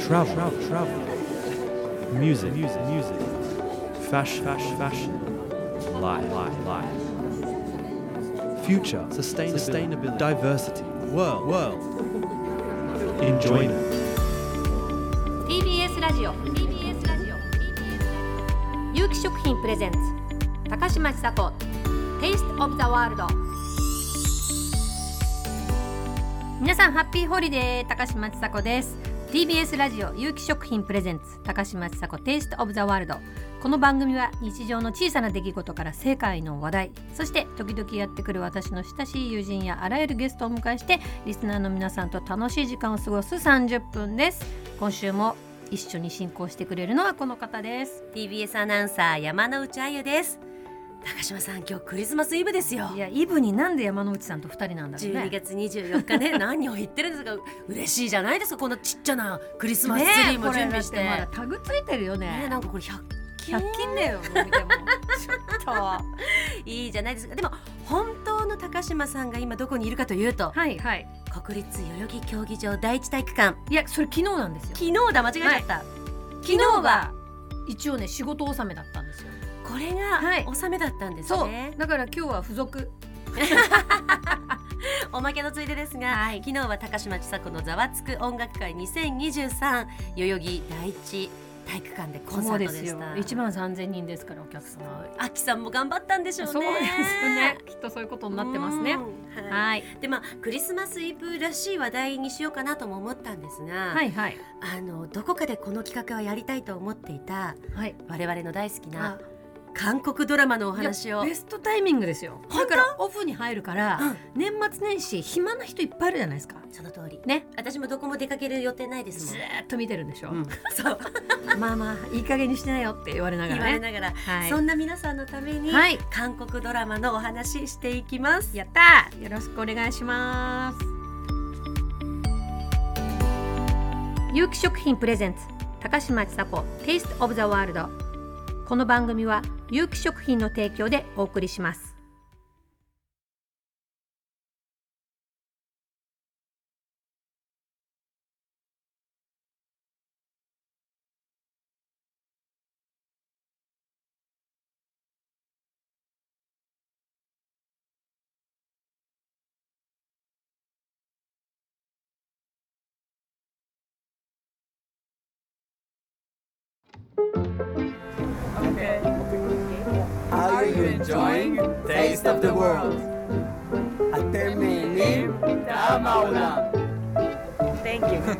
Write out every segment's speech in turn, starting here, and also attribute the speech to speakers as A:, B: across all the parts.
A: Music, fashion, life, future, sustainability, diversity, world, enjoyment.
B: TBS ラジオ有機食品プレゼンツ高嶋ちさ子 Taste of the World。 皆さんハッピーホリデー、高嶋ちさ子です。 TBS ラジオ有機食品プレゼンツ高嶋ちさ子 Taste of the World。 この番組は日常の小さな出来事から世界の話題、そして時々やってくる私の親しい友人やあらゆるゲストをお迎えしてリスナーの皆さんと楽しい時間を過ごす30分です。今週も一緒に進行してくれるのはこの方です。
C: TBS アナウンサー山内あゆです。高嶋さん、今日クリスマスイブですよ。
B: いや、イブになんで山内さんと2人なんだろうね。
C: 12月24日ね何を言ってるんですか。嬉しいじゃないですか、こんなちっちゃなクリスマスツリーも準備して、
B: まだタグついてるよね。
C: なんかこれ100
B: 均だよ、どう見てもちょっと
C: いいじゃないですか。でも本当の高嶋さんが今どこにいるかというと、
B: はいはい、
C: 国立代々木競技場第一体育館。
B: いや、それ昨日なんですよ。
C: 昨日だ、間違えちゃった、
B: はい、昨日が一応ね仕事納めだったんですよ。
C: これが納めだったんですね、
B: そうだから今日は付属
C: おまけのついでですが、
B: はい、
C: 昨日は高嶋ちさ子のざわつく音楽会2023代々木第一体育館でコンサートでした。そうですよ、
B: 13,000人ですから、お客様。
C: あきさんも頑張ったんでしょうね。
B: そうですね、きっとそういうことになってますね。はい、
C: でクリスマスイブらしい話題にしようかなとも思ったんですが、
B: はいはい、
C: どこかでこの企画はやりたいと思っていた、
B: はい、
C: 我々の大好きな韓国ドラマのお話を。
B: ベストタイミングですよ。だからオフに入るから、年末年始暇な人いっぱいいるじゃないですか。
C: その通り
B: ね。
C: 私もどこも出かける予定ないですもん。
B: ずーっと見てるんでしょ、
C: そう
B: まあいい加減にしなよって言われながらね。
C: はい、そんな皆さんのために、はい、韓国ドラマのお話していきます。
B: やったー、よろしくお願いします。有機食品プレゼンツ高嶋ちさ子 Taste of the World。 この番組は有機食品の提供でお送りします。
D: Are you enjoying Taste of the World? אתם נהנים? טעם העולם. Thank you.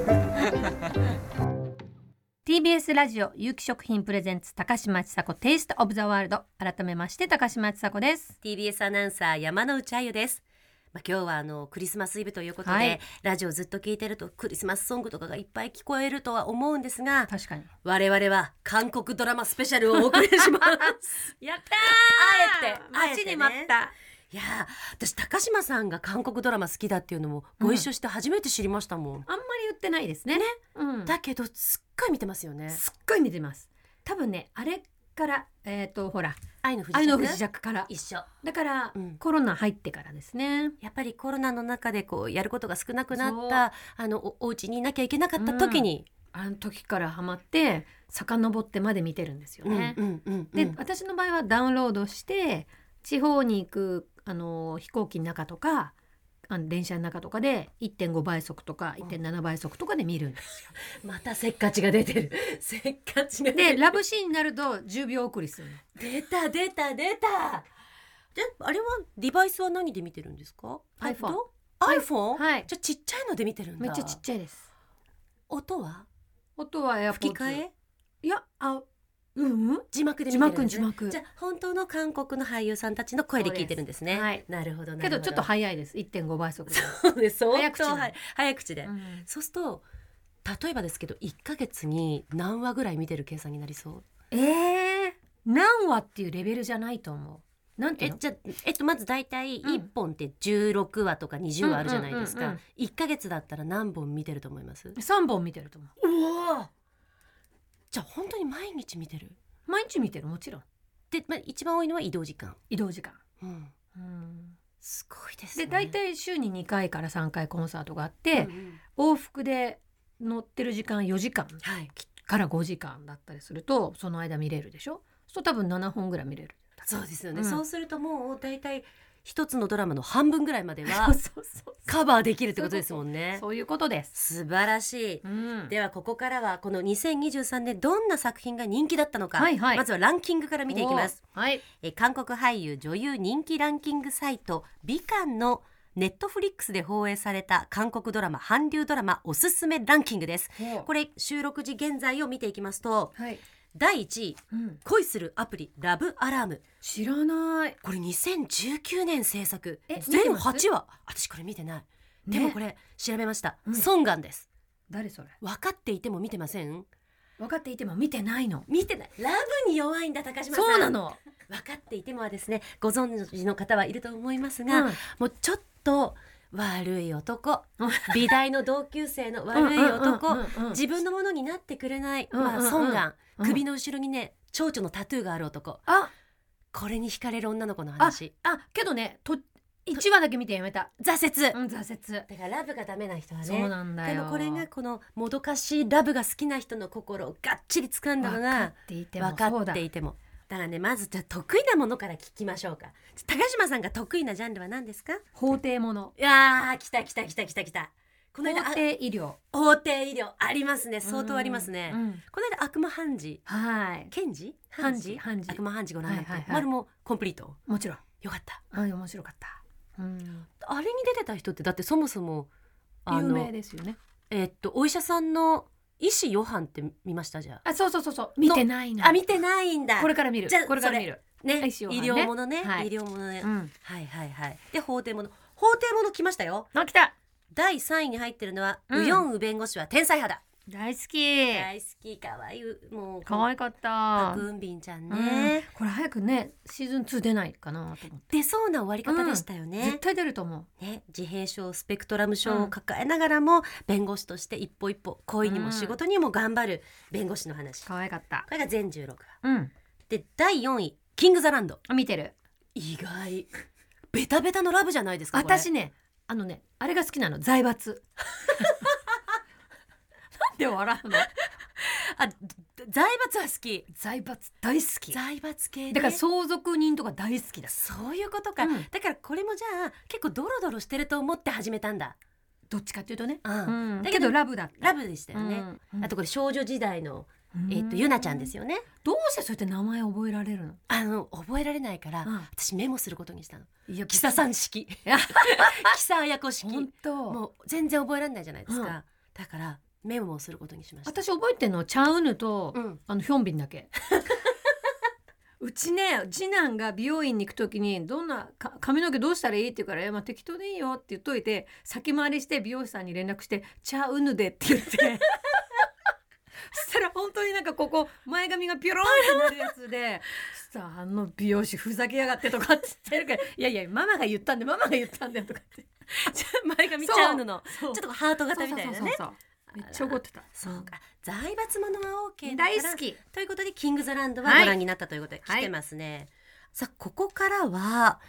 B: TBS ラジオ有機食品プレゼンツ高嶋ちさ子 Taste of the World。 改めまして高嶋ちさ子です。
C: TBS アナウンサー山内あゆです。今日はクリスマスイブということで、はい、ラジオずっと聞いてるとクリスマスソングとかがいっぱい聞こえるとは思うんですが、
B: 確かに
C: 我々は韓国ドラマスペシャルをお送りします
B: やったー、
C: あえて
B: 待ちに待った。
C: いや私高嶋さんが韓国ドラマ好きだっていうのもご一緒して初めて知りましたもん、
B: あんまり言ってないですね。
C: だけどすっごい見てますよね。
B: すっごい見てます。多分ね、あれからほら
C: 愛の不時着から一緒
B: だから、コロナ入ってからですね。
C: やっぱりコロナの中でやることが少なくなったお家にいなきゃいけなかった時に、
B: あの時からハマって遡ってまで見てるんですよね。で、私の場合はダウンロードして地方に行く飛行機の中とか電車の中とかで 1.5 倍速とか 1.7 倍速とかで見るんですよ。
C: またせっかちが出てるせっかちが出てる。
B: でラブシーンになると10秒送りするの。
C: 出たであれはデバイスは何で見てるんですか？ iPhone？
B: はい。
C: じゃあちっちゃいので見てるんだ。
B: めっちゃちっちゃいです。
C: 音は
B: 吹き
C: 替え？
B: いや
C: 字幕で見てるんですね。
B: 字幕。
C: じゃあ本当の韓国の俳優さんたちの声で聞いてるんですね。
B: はい、
C: なるほど。
B: けどちょっと早いです。 1.5 倍速で。
C: そうです。
B: 早口で、
C: そうすると例えばですけど1ヶ月に何話ぐらい見てる計算になりそう？
B: 何話っていうレベルじゃないと思う。なんていうの？
C: じゃまず大体1本って16話とか20話あるじゃないですか。1ヶ月だったら何本見てると思います？
B: 3本見てると思う。
C: うわ、じゃあ本当に毎日見てる？
B: 毎日見てる、もちろん。
C: で、一番多いのは移動時間。
B: すごいですね。で大体週に2回から3回コンサートがあって、往復で乗ってる時間4時間
C: はい
B: から5時間だったりするとその間見れるでしょ。そう多分7本ぐらい見れる。
C: そうですよね、
B: うん
C: そうするともうだいたい一つのドラマの半分ぐらいまでは
B: そうそう
C: カバーできるってことですもんね。
B: そういうことです。
C: 素晴らしい。
B: うん
C: ではここからはこの2023年どんな作品が人気だったのか、
B: はいはい
C: まずはランキングから見ていきます。
B: おーはい。
C: 韓国俳優女優人気ランキングサイトビカンのネットフリックスで放映された韓国ドラマ韓流ドラマおすすめランキングです。これ収録時現在を見ていきますと、
B: はい。
C: 第1位
B: うん
C: 恋するアプリラブアラーム。
B: 知らない。
C: これ2019年制作全
B: 見てます
C: 8話。私これ見てない、
B: ね
C: でもこれ調べました、
B: うん
C: ソンガンです。
B: 誰それ。
C: 分かっていても見てません？
B: 分かっていても見てないの。
C: 見てない。ラブに弱いんだ高島さん。
B: そうなの。
C: 分かっていてもはですね、ご存知の方はいると思いますが、
B: うん
C: もうちょっと悪い男美大の同級生の悪い男、
B: うんうんうんうんうん
C: 自分のものになってくれない、
B: うんうんうん
C: ソンガン、
B: うん
C: 首の後ろにね蝶々のタトゥーがある男、
B: あ
C: これに惹かれる女の子の
B: あ
C: 話。
B: けどね1話だけ見てやめた。
C: 挫折、
B: 挫折。
C: だからラブがダメな人はね、
B: そうなんだよ。
C: でもこれがこのもどかしいラブが好きな人の心をがっちり掴んだの
B: 分か
C: が
B: っていても
C: 分か
B: そうだ
C: っていても。だからね、まずじゃあ得意なものから聞きましょうか。高島さんが得意なジャンルは何ですか？
B: 法廷もの。
C: いやー、来たこの間
B: 法廷医療。
C: 法廷医療ありますね。相当ありますね、
B: うん
C: この間悪魔判事
B: はい。
C: 検事
B: 判事
C: 悪魔判事ご覧になって、
B: はいはいはい
C: 丸もコンプリート
B: もちろん。
C: よかった。
B: 面白かった。
C: あれに出てた人ってだってそもそも
B: 有名ですよね。
C: お医者さんの医師ヨハンって見ました？じゃあ
B: そう見てないの。
C: 見てないんだ。
B: これから見る。
C: じゃあ
B: これから見る。
C: ね、医
B: 医師ヨハンね
C: 療ものね、
B: はい
C: 医療ものね、
B: うん。
C: はいで法廷もの来ましたよ。
B: あ来た。
C: 第3位に入ってるのは、
B: うん
C: ウヨンウ弁護士は天才派だ。
B: 大好き。
C: 大好き、可愛い、もう
B: 可愛かっ
C: パ
B: た。
C: クンビンちゃん
B: うん
C: ね、
B: これ早くねシーズン2出ないかなと思って。
C: 出そうな終わり方でしたよね。
B: 絶対出ると思う。
C: ね、自閉症スペクトラム症を抱えながらも、弁護士として一歩一歩恋にも仕事にも頑張る弁護士の話、
B: 可愛かった。
C: これが全16話
B: うん。
C: で、第4位キングザランド。
B: 見てる。
C: 意外ベタベタのラブじゃないですかこれ。
B: 私ねあれが好きなの。財閥。なんで笑うの。
C: あ、財閥は好き。
B: 財閥大好き。
C: 財閥系ね。
B: だから相続人とか大好きだ。
C: そういうことか、
B: うん
C: だからこれもじゃあ結構ドロドロしてると思って始めたんだ。
B: どっちかっていうとね。
C: うん
B: だけどラブだった。
C: ラブでしたよね、
B: うん
C: あとこれ少女時代の、
B: うん
C: ゆなちゃんですよね。
B: どうしてそうやって名前覚えられるの。
C: 覚えられないから、
B: うん
C: 私メモすることにしたの。
B: いや
C: キサさん式キサ綾子式
B: 本当。
C: もう全然覚えられないじゃないですか、
B: うん
C: だからメモをすることにしました。
B: 私覚えてんのチャンウヌと、
C: うん
B: ヒョンビンだけ。うちね次男が美容院に行くときにどんな髪の毛どうしたらいいって言うから適当でいいよって言っといて先回りして美容師さんに連絡してチャウヌでって言ってそしたら本当になんかここ前髪がピョロンってなるやつでそしたら美容師ふざけやがってとかって言ってるからいやママが言ったんでとかって
C: 前髪ちゃうの
B: そう
C: ちょっとハート型みたいなね。
B: そうめっちゃ怒ってた。
C: そうか、財閥ものは OK だから
B: 大好き。
C: ということでキングザランドはご覧になったということで来てますね、さあここからは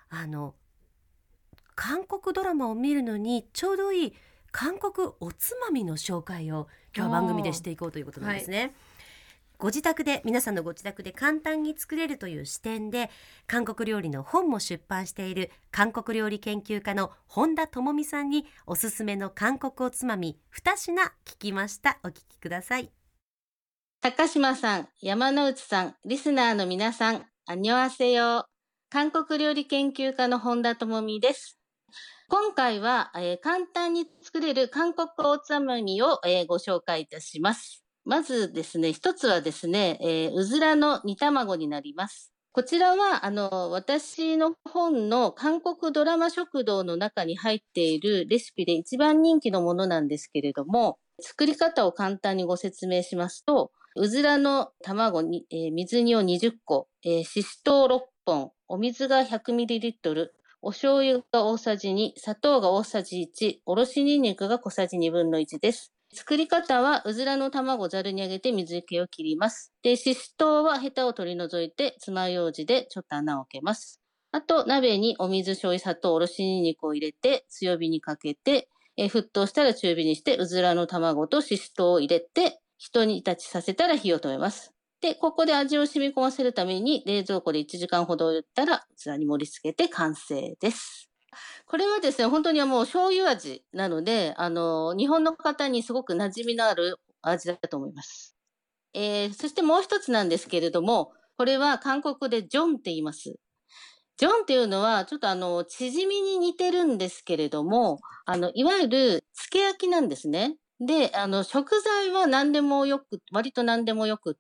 C: 韓国ドラマを見るのにちょうどいい韓国おつまみの紹介を今日は番組でしていこうということなんですね、ご自宅で皆さんのご自宅で簡単に作れるという視点で韓国料理の本も出版している韓国料理研究家の本田智美さんにおすすめの韓国おつまみ2品聞きました。お聞きください。
E: 高島さん、山内さん、リスナーの皆さん、アンニョアセヨ。韓国料理研究家の本田智美です。今回は、簡単に作れる韓国おつまみを、ご紹介いたします。まずですね、一つはですね、うずらの煮卵になります。こちらは、私の本の韓国ドラマ食堂の中に入っているレシピで一番人気のものなんですけれども、作り方を簡単にご説明しますと、うずらの卵に、水煮を20個、ししとう6本、お水が 100ml、お醤油が大さじ2、砂糖が大さじ1、おろしにんにくが小さじ2分の1です。作り方は、うずらの卵をざるにあげて水気を切ります。で、ししとうはヘタを取り除いて、爪楊枝でちょっと穴を開けます。あと、鍋にお水、醤油、砂糖、おろしにんにくを入れて、強火にかけて、 沸騰したら中火にして、うずらの卵とししとうを入れて、一煮立ちさせたら火を止めます。で、ここで味を染み込ませるために、冷蔵庫で1時間ほど置いたら、器に盛り付けて完成です。これはですね、本当にもう醤油味なので、日本の方にすごく馴染みのある味だと思います。そしてもう一つなんですけれども、これは韓国でジョンって言います。ジョンっていうのは、ちょっとチヂミに似てるんですけれども、いわゆる漬け焼きなんですね。で、食材は割と何でもよくって、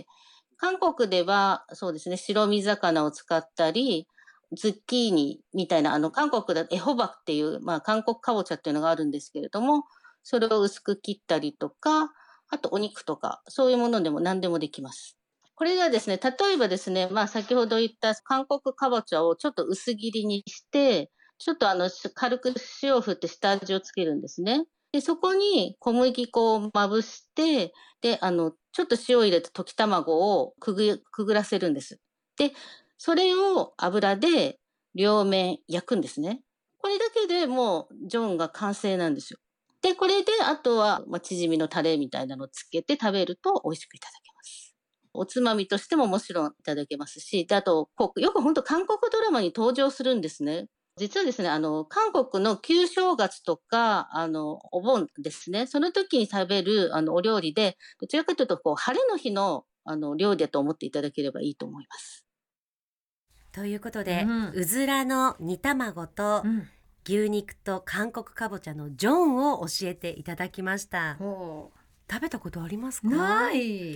E: 韓国では、そうですね、白身魚を使ったり、ズッキーニみたいな、韓国だとエホバっていう、韓国かぼちゃっていうのがあるんですけれども、それを薄く切ったりとか、あとお肉とか、そういうものでも何でもできます。これがですね、例えばですね、先ほど言った韓国かぼちゃをちょっと薄切りにして、ちょっと軽く塩を振って下味をつけるんですね。で、そこに小麦粉をまぶして、で、ちょっと塩を入れて溶き卵をくぐらせるんです。で、それを油で両面焼くんですね。これだけでもうジョンが完成なんですよ。で、これであとは、チヂミのタレみたいなのをつけて食べると美味しくいただけます。おつまみとしてももちろんいただけますし、であと、よく本当韓国ドラマに登場するんですね。実はですね、韓国の旧正月とか、お盆ですね、その時に食べる、お料理で、どちらかというと、晴れの日の、料理だと思っていただければいいと思います。
C: ということで、うずらの煮卵と、牛肉と韓国かぼちゃのジョンを教えていただきました。食べたことありますか？
B: ない。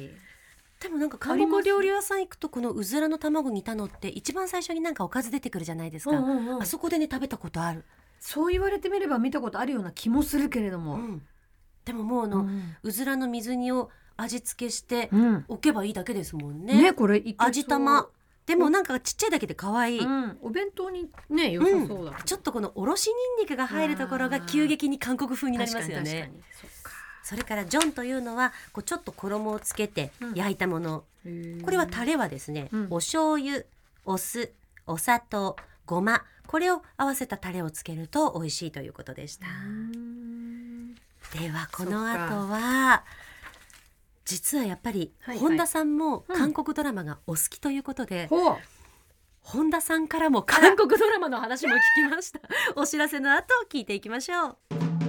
C: でもなんか韓国料理屋さん行くとこのうずらの卵煮たのって一番最初になんかおかず出てくるじゃないですか、あそこでね食べたことある。
B: そう言われてみれば見たことあるような気もするけれども、
C: でももううずらの水煮を味付けして置けばいいだけですもんね。
B: ね、これ
C: 味玉でもなんかちっちゃいだけで可愛い、
B: お弁当にね良さそうだ、
C: ちょっとこのおろしにんにくが入るところが急激に韓国風になりますよね。それからジョンというのはちょっと衣をつけて焼いたもの、これはタレはですね、お醤油、お酢、お砂糖、ごま、これを合わせたタレをつけると美味しいということでした。ではこの後は実はやっぱり本田さんも韓国ドラマがお好きということで、本田さんからも韓国ドラマの話も聞きましたお知らせの後聞いていきましょう。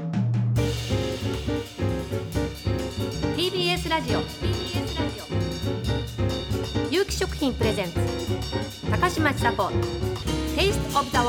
B: TBS ラジオ有機食品プレゼンツ高嶋ちさ子 Taste of the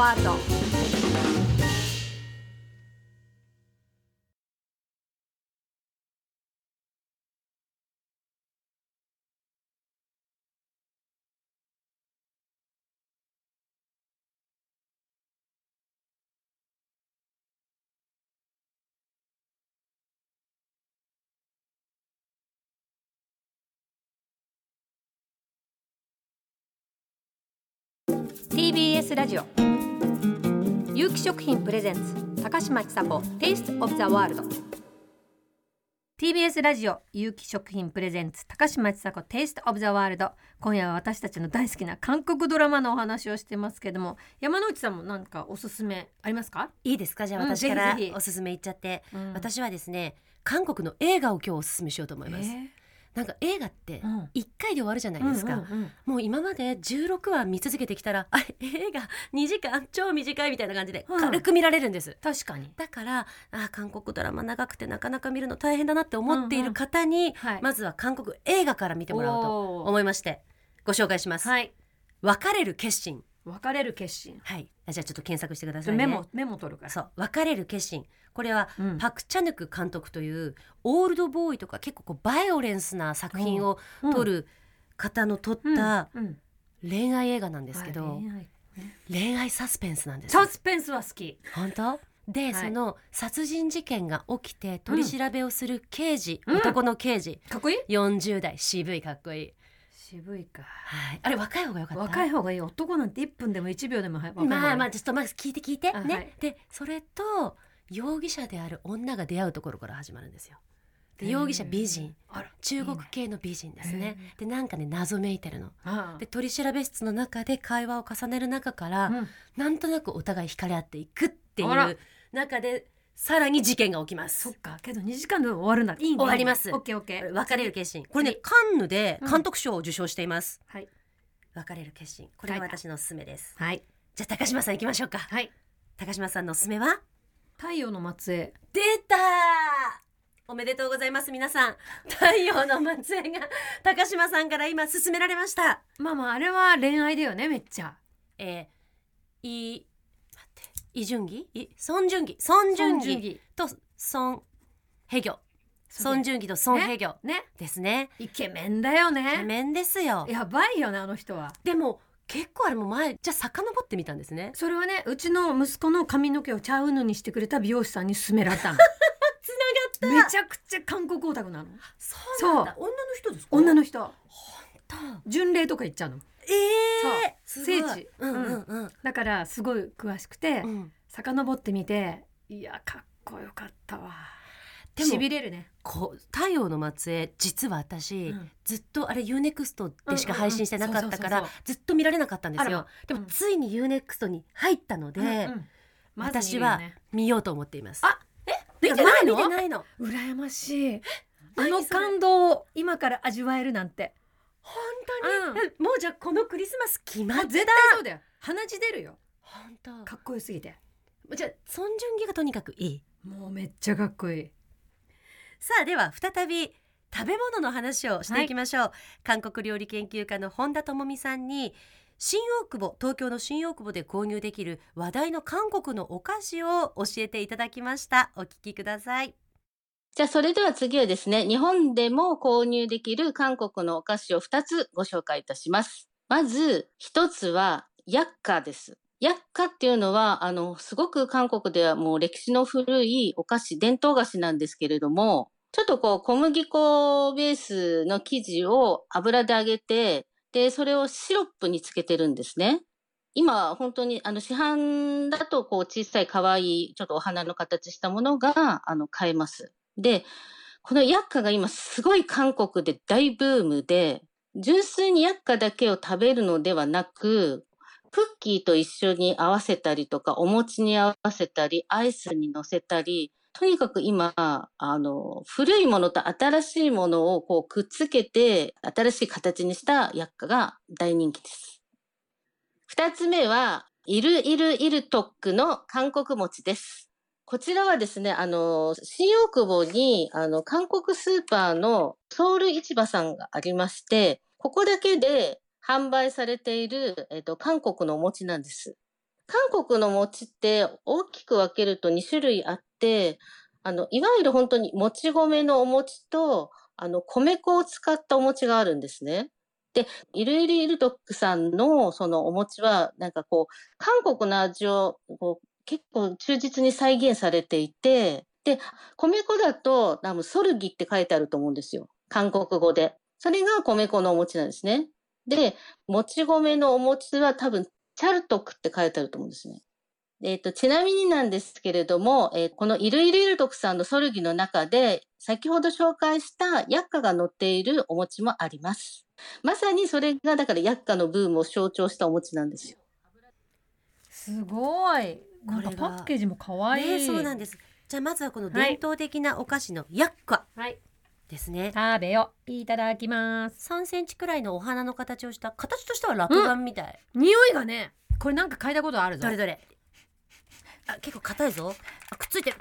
B: World。TBS ラジオ有機食品プレゼンツ高嶋ちさ子 Taste of the World。 TBS ラジオ有機食品プレゼンツ高嶋ちさ子 Taste of the World。 今夜は私たちの大好きな韓国ドラマのお話をしてますけども、山之内さんも何かおすすめありますか？
C: いいですか？じゃあ私からおすすめ言っちゃって、私はですね韓国の映画を今日おすすめしようと思います。なんか映画って1回で終わるじゃないですか、もう今まで16話見続けてきたら映画2時間超短いみたいな感じで軽く見られるんです、
B: 確かに。
C: だから韓国ドラマ長くてなかなか見るの大変だなって思っている方に、まずは韓国映画から見てもらおうと思いましてご紹介します、別れる決心。
B: 別れる決心、
C: はい、じゃあちょっと検索してくださいね。
B: メモ取るから。
C: そう、別れる決心。これは、パク・チャヌク監督というオールドボーイとか結構バイオレンスな作品を撮る方の撮った恋愛映画なんですけど、恋愛サスペンスなんです。
B: サスペンスは好き。
C: 本当で、その殺人事件が起きて取り調べをする刑事、男の刑事、
B: かっこいい。
C: 40代渋い、かっこいい。
B: 渋いか、
C: あれ若い方がよかった。
B: 若い方がいい。男なんて1分でも1秒でも
C: まあちょっと聞いてね、でそれと容疑者である女が出会うところから始まるんですよ。で容疑者美人、中国系の美人ですね。でなんかね謎めいてるので、取り調べ室の中で会話を重ねる中から、なんとなくお互い惹かれ合っていくっていう中で、 さらに事件が起きます。
B: そっか、けど2時間で終わるんだ。いいね。
C: 終わります。
B: オッケーオッケー。
C: 別れる決心、これね
B: 次
C: カンヌで監督賞を受賞しています、
B: はい
C: 別れる決心、これが私のおすすめです。
B: はい
C: じゃあ高島さん行きましょうか。
B: はい。
C: 高島さんのおすすめは？
B: 太陽の末裔。
C: 出たー、おめでとうございます皆さん。太陽の末裔が高島さんから今勧められました。
B: まあまああれは恋愛だよね、めっちゃ。
C: イジュンギ、ソン・ジュンギ、ソン・ジュンギとソン・ヘギョ、ソン・ジュンギとソン・ヘギョ
B: ね
C: ですね。
B: イケメンだよ
C: イケ
B: ね。
C: メンですよ。
B: やばいよね、あの人は。
C: でも結構あれも前じゃあ遡ってみたんですね。
B: それはね、うちの息子の髪の毛をチャウヌにしてくれた美容師さんに勧められたの。
C: つながった。
B: めちゃくちゃ韓国オタクなの。
C: そうなんだ。女の人ですか？
B: 女の人。
C: 本当。
B: 巡礼とか行っちゃうの。
C: そう
B: 聖地
C: うんうんうん
B: だからすごい詳しくて、
C: うん。
B: 遡ってみて、いやかっこよかったわ。
C: でも
B: しびれるね。
C: 太陽の末裔実は私、ずっとあれ UNEXT でしか配信してなかったから
B: そうそうそうそう
C: ずっと見られなかったんですよ
B: あら。
C: でも、
B: うん
C: ついに UNEXT に入ったので、私は見ようと思っています。
B: あ、
C: 見てないの？見てないの。
B: 羨ましい。あ
C: 何それ
B: の感動を今から味わえるなんて。
C: 本当に、もうじゃあこのクリスマス決まった。
B: 絶対そうだよ。鼻血出るよ。
C: 本当。
B: かっこよすぎて。
C: じゃあソン・ジュンギがとにかくいい。
B: もうめっちゃかっこいい。
C: さあでは再び食べ物の話をしていきましょう、韓国料理研究家の本田智美さんに東京の新大久保で購入できる話題の韓国のお菓子を教えていただきました。お聞きください。
E: じゃあそれでは次はですね、日本でも購入できる韓国のお菓子を2つご紹介いたします。まず1つはヤッカです。ヤッカっていうのはすごく韓国ではもう歴史の古いお菓子、伝統菓子なんですけれども、ちょっと小麦粉ベースの生地を油で揚げて、でそれをシロップにつけてるんですね。今本当に市販だと小さい可愛いちょっとお花の形したものが買えます。でこのヤッカが今すごい韓国で大ブームで、純粋にヤッカだけを食べるのではなく、クッキーと一緒に合わせたりとか、お餅に合わせたり、アイスに乗せたり、とにかく今古いものと新しいものをくっつけて新しい形にしたヤッカが大人気です。2つ目はイルトックの韓国餅です。こちらはですね、新大久保に韓国スーパーのソウル市場さんがありまして、ここだけで販売されている、韓国のお餅なんです。韓国の餅って大きく分けると2種類あって、いわゆる本当にもち米のお餅と、米粉を使ったお餅があるんですね。で、イルトックさんのそのお餅は、なんか韓国の味を結構忠実に再現されていて、で、米粉だと多分ソルギって書いてあると思うんですよ。韓国語で。それが米粉のお餅なんですね。で、もち米のお餅は多分チャルトクって書いてあると思うんですね。ちなみになんですけれども、このイルトクさんのソルギの中で、先ほど紹介したヤッカが乗っているお餅もあります。まさにそれがだからヤッカのブームを象徴したお餅なんですよ。
B: すごい。なんかパッケージも可愛い。
C: そうなんです。じゃあまずはこの伝統的なお菓子のヤッカですね。
B: 食べよ。いただきます。
C: 3センチくらいのお花の形をした形としては落眼みたい。
B: 匂いがね、これなんか嗅いだことあるぞ。
C: どれ。結構硬いぞ。くっついてる。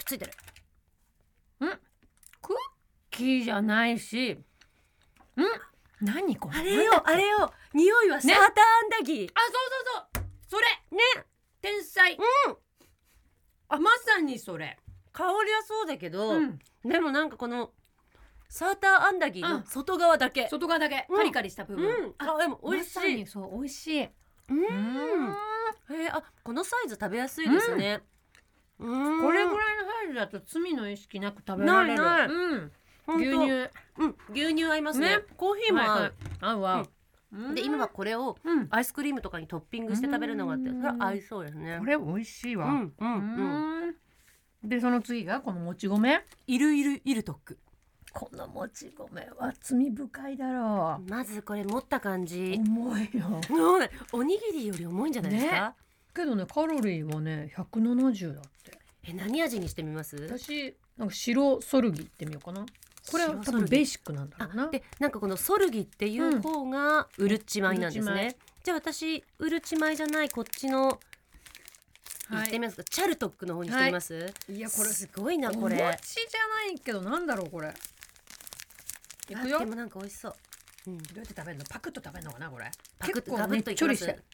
B: クッキーじゃないし。何これ。
C: あれよ。匂いはサーターアンダギー。
B: そう。それ。ね。天才。まさにそれ。
C: 香りはそうだけど、でもなんかこのサーターアンダギーの外側だけ。
B: カリカリした部分。
C: でも美味しい。
B: まさにそう美味しい。
C: このサイズ食べやすいですね。
B: これぐらいのサイズだと罪の意識なく食べられる。
C: 牛乳合いますね。コーヒーも合う。
B: わ。
C: で今はこれをアイスクリームとかにトッピングして食べるのがあって、それは合いそうですね。
B: これ美味しいわ。でその次がこのもち米。
C: イルトック。
B: このもち米は罪深いだろ
C: う。まずこれ持った感じ
B: 重いよ。
C: おにぎりより重いんじゃないですか。
B: けどねカロリーはね170だって。
C: 何味にしてみます？
B: 私なんか白ソルギってみようかな。これは多分ベーシックなんだろうな。
C: でなんかこのソルギっていう方がうるっち米なんですね、じゃあ私うるち米じゃないこっちの行ってみますか、チャルトックの方にしてみます、
B: いやこれ
C: すごいなこれ。
B: お餅じゃないけどなんだろうこれ。いくよ。
C: でもなんか美味しそう、
B: どうやって食べるの？パクッと食べるのかなこれ。
C: パクッと
B: 結構ねっ
C: いきます
B: ちょりして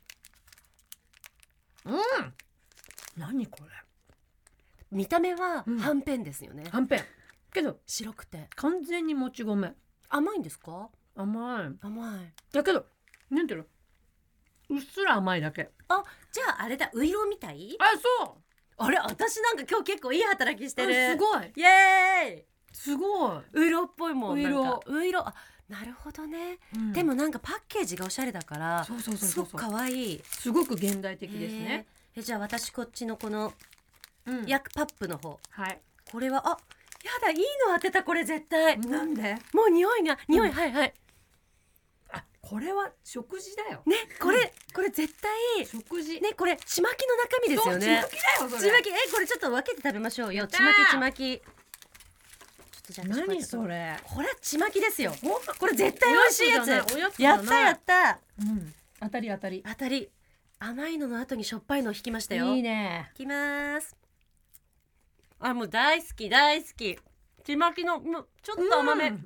B: 何これ。
C: 見た目ははんぺんですよね、
B: はんぺんけど
C: 白くて
B: 完全にもち米。
C: 甘いんですか？
B: 甘い。
C: 甘い。
B: だけどなんていうの、うっすら甘いだけ。
C: あ、じゃああれだ、ういろうみたい？
B: あ、そう。
C: あれ、私なんか今日結構いい働きしてる。
B: すごい。
C: イエーイ。
B: すごい。
C: ういろうっぽいもん。
B: ういろう。
C: なんかういろう。あ、なるほどね、でもなんかパッケージがおしゃれだからすごく可愛い。
B: すごく現代的ですね。
C: じゃあ私こっちのこのヤクパップの方、
B: はい、
C: これはやだ、いいの当てたこれ絶対。
B: なんで？
C: もう匂い、はいはい。
B: あ、これは食事だよ
C: ね。これ絶対
B: 食事
C: ね。これちまきの中身ですよね。
B: ちまきだよそれ。
C: ちまき、これちょっと分けて食べましょうよ。ちまき。
B: 何それ？
C: これちまきですよ。これ絶対美味しいやつ。やった。
B: 当たり。
C: 甘いのの後にしょっぱいのを引きましたよ。
B: いいね。
C: いきます。あ、もう大好き。ちまきのちょっと甘め、美味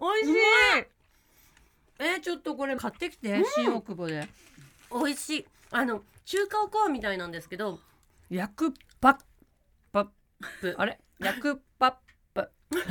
C: しい。
B: ちょっとこれ買ってきて、新大久保で。
C: 美味しい。中華おこわみたいなんですけど、
B: ヤクパップ、あれ、ヤクパップ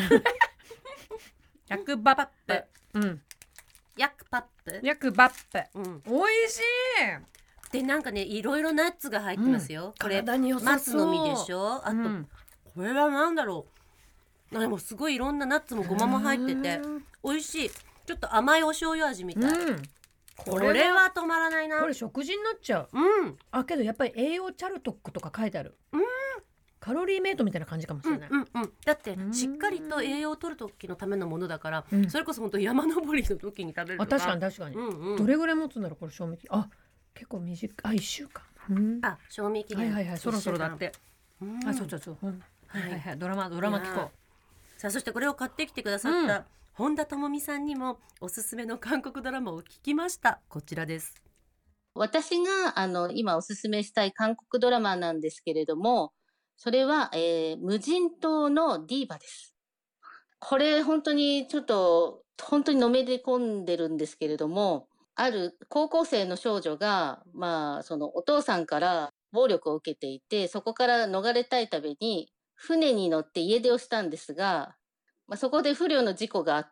B: ヤクバップ、
C: ヤクパップ、
B: ヤクバップ、美味しい。
C: でなんかね、いろいろナッツが入ってますよ。これ松の実でしょ。あとこれはなんだろう。でもすごいいろんなナッツもごまも入ってて美味しい。ちょっと甘いお醤油味みたい。これは止まらないな。
B: これ食事になっちゃう。あ、けどやっぱり栄養チャルトックとか書いてある。カロリーメイトみたいな感じかもしれない。だってしっかりと栄養を取る時のためのものだから、それこそ本当山登りの時に食べるとか。 確かに。どれぐらい持つんだろうこれ賞味期限。あ、結構短い。1週間。
C: 賞味期限。
B: はい、そろそろだって。そう。はい、ドラマ聞こう。
C: さあ、そしてこれを買ってきてくださった本田智美さんにもおすすめの韓国ドラマを聞きました。こちらです。
E: 私が今おすすめしたい韓国ドラマなんですけれども、それは、無人島のディーバです。これ本当にのめり込んでるんですけれども、ある高校生の少女が、そのお父さんから暴力を受けていて、そこから逃れたいために船に乗って家出をしたんですが、そこで不慮の事故があって、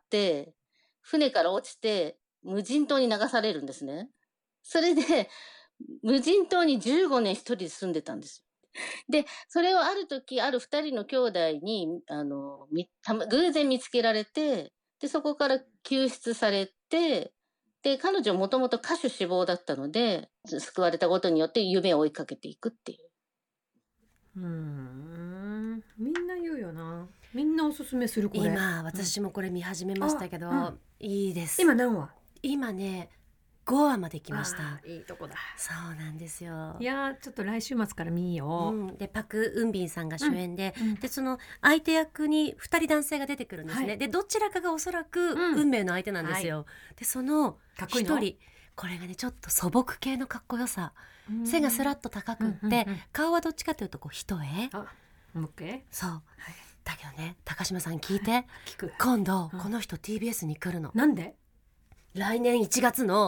E: 船から落ちて無人島に流されるんですね。それで無人島に15年一人で住んでたんです。で、それをある時、ある2人の兄弟に偶然見つけられて、でそこから救出されて、で彼女もともと歌手志望だったので、救われたことによって夢を追いかけていくっていう。
B: みんな言うよな。みんなおすすめするこれ。
C: 今私もこれ見始めましたけど、いいです。
B: 今何話？
C: 今ね5話まで来ました。
B: いいとこだ。
C: そうなんですよ。
B: いやちょっと来週末から見よ
C: う。でパク・ウンビンさんが主演で、でその相手役に2人男性が出てくるんですね。でどちらかがおそらく運命の相手なんですよ。でその1人、これがねちょっと素朴系のかっこよさ、背がスラッと高くって、顔はどっちかというとこう一重。そう。だけどね、高島さん聞いて、今度この人 TBS に来るの。
B: なんで？
C: 来年1月の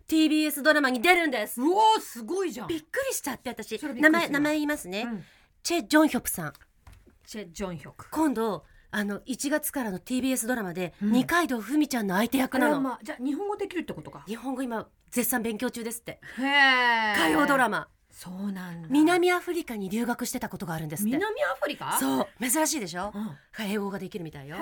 C: TBS ドラマに出るんです。
B: うおー、すごいじゃん。
C: びっくりしちゃって私。名前言いますね。チェ・ジョンヒョプさん。今度1月からの TBS ドラマで二階堂ふみちゃんの相手役なの。
B: じゃあ日本語できるってことか。
C: 日本語今絶賛勉強中ですって。
B: 火
C: 曜ドラマ。
B: そうなんだ。
C: 南アフリカに留学してたことがあるんですって。
B: 南アフリカ？
C: そう、珍しいでしょ。英語ができるみたいよ。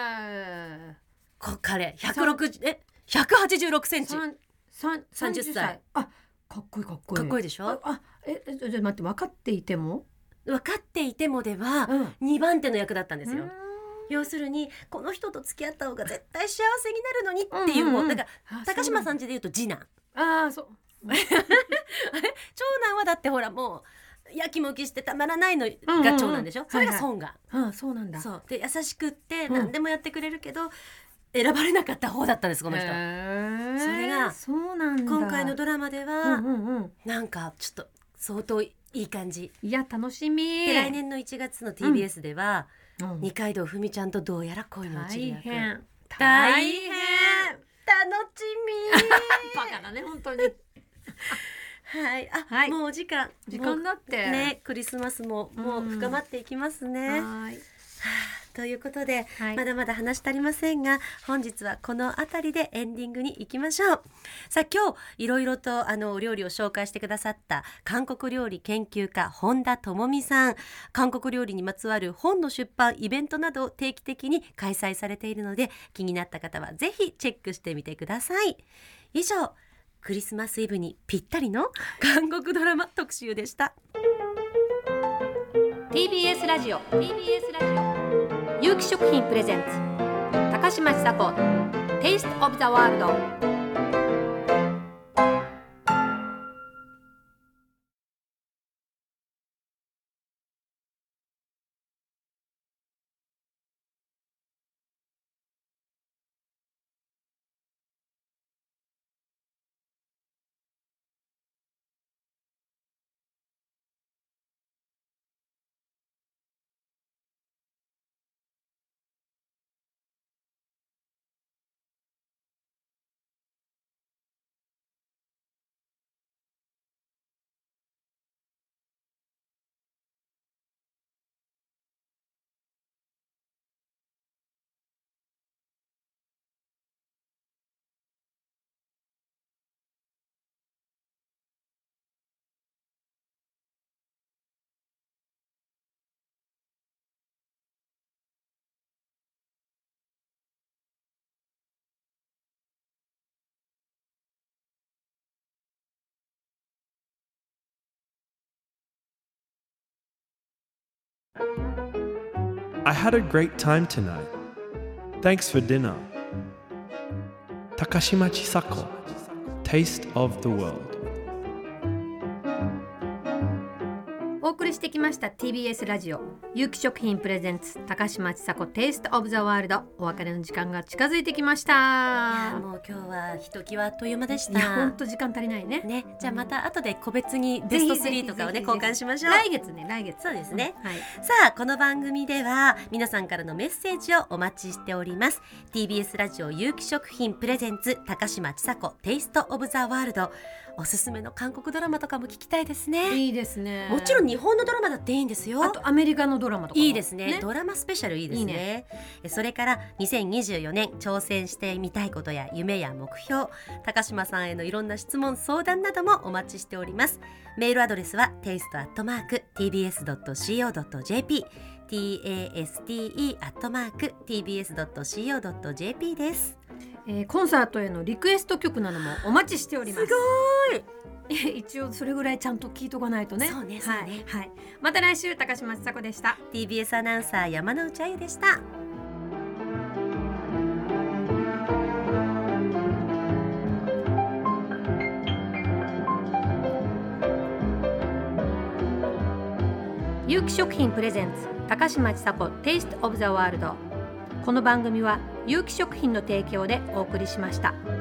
C: 彼186センチ。30歳。
B: かっこいい。
C: かっこいいでしょ。
B: じゃあ待って、分かっていても
C: では2番手の役だったんですよ。要するにこの人と付き合った方が絶対幸せになるのにっていう、もうだから高島さん家で言うと次男。
B: そう
C: 長男はだってほらもうやきもきしてたまらないのが長男でしょ、それがソンガン、
B: そうなんだ。
C: そうで優しくって何でもやってくれるけど、選ばれなかった方だったんですこの人。それが
B: そうなんだ。
C: 今回のドラマでは、なんかちょっと相当いい感じ。
B: いや楽しみ。
C: で来年の1月の TBS では、二階堂ふみちゃんとどうやら恋のちり役。大変楽しみ
B: バカだね本当に。
C: はい、
B: はい、
C: もうお時間
B: だって
C: ね、クリスマスももう深まっていきますね。ということで、まだまだ話し足りませんが、本日はこのあたりでエンディングに行きましょう。さあ今日いろいろとお料理を紹介してくださった韓国料理研究家本田智美さん、韓国料理にまつわる本の出版イベントなどを定期的に開催されているので、気になった方はぜひチェックしてみてください。以上、クリスマスイブにぴったりの韓国ドラマ特集でした。
B: TBS ラジオ有機食品プレゼンツ高嶋ちさ子 Taste of the World。
A: I had a great time tonight. Thanks for dinner. Takashima Chisako, Taste of the World.
B: お送りしてきました TBS ラジオ有機食品プレゼンツ高嶋ちさ子 Taste of the World。 お別れの時間が近づいてきました。
C: いやもう今日はひときわあっという間でした。
B: 本当時間足りないね。
C: じゃあまた後で個別にベスト3とかをね交換しましょう。
B: 来月
C: そうですね、さあこの番組では皆さんからのメッセージをお待ちしております。 TBS ラジオ有機食品プレゼンツ高嶋ちさ子 Taste of the World。おすすめの韓国ドラマとかも聞きたいですね。
B: いいですね。
C: もちろん日本のドラマだっていいんですよ。
B: あとアメリカのドラマとかも
C: いいですね。ドラマスペシャルいいですね。それから2024年挑戦してみたいことや夢や目標、高嶋さんへのいろんな質問相談などもお待ちしております。メールアドレスは taste@tbs.co.jp taste@tbs.co.jp です。
B: コンサートへのリクエスト曲などもお待ちしております。
C: すごい
B: 一応それぐらいちゃんと聞いとかないとね。
C: そうね。
B: また来週。高嶋ちさ子でした。
C: TBS アナウンサー山内あゆでした。
B: 有機食品プレゼンツ高嶋ちさ子 Taste of the World。 この番組は有機食品の提供でお送りしました。